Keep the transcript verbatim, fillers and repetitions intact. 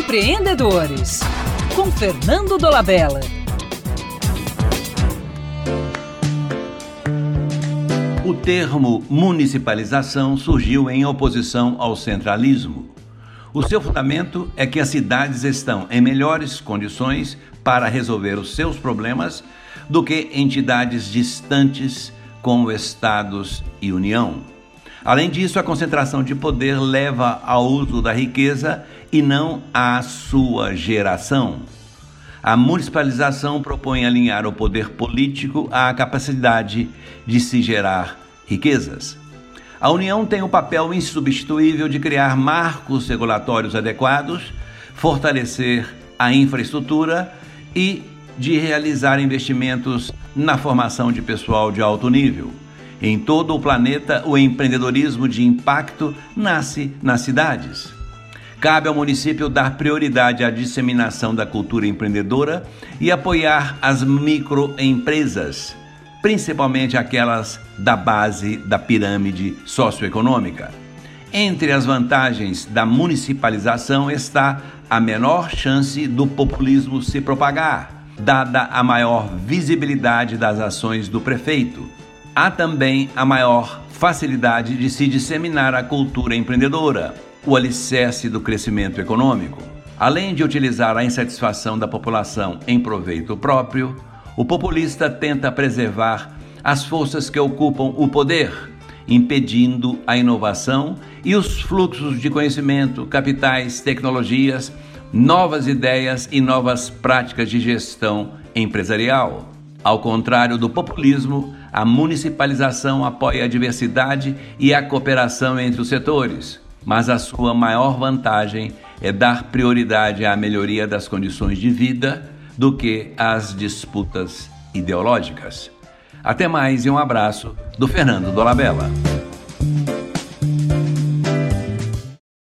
Empreendedores, com Fernando Dolabella. O termo municipalização surgiu em oposição ao centralismo. O seu fundamento é que as cidades estão em melhores condições para resolver os seus problemas do que entidades distantes como estados e União. Além disso, a concentração de poder leva ao uso da riqueza e não à sua geração. A municipalização propõe alinhar o poder político à capacidade de se gerar riquezas. A União tem o papel insubstituível de criar marcos regulatórios adequados, fortalecer a infraestrutura e de realizar investimentos na formação de pessoal de alto nível. Em todo o planeta, o empreendedorismo de impacto nasce nas cidades. Cabe ao município dar prioridade à disseminação da cultura empreendedora e apoiar as microempresas, principalmente aquelas da base da pirâmide socioeconômica. Entre as vantagens da municipalização está a menor chance do populismo se propagar, dada a maior visibilidade das ações do prefeito. Há também a maior facilidade de se disseminar a cultura empreendedora, o alicerce do crescimento econômico. Além de utilizar a insatisfação da população em proveito próprio, o populista tenta preservar as forças que ocupam o poder, impedindo a inovação e os fluxos de conhecimento, capitais, tecnologias, novas ideias e novas práticas de gestão empresarial. Ao contrário do populismo, a municipalização apoia a diversidade e a cooperação entre os setores, mas a sua maior vantagem é dar prioridade à melhoria das condições de vida do que às disputas ideológicas. Até mais e um abraço do Fernando Dolabella.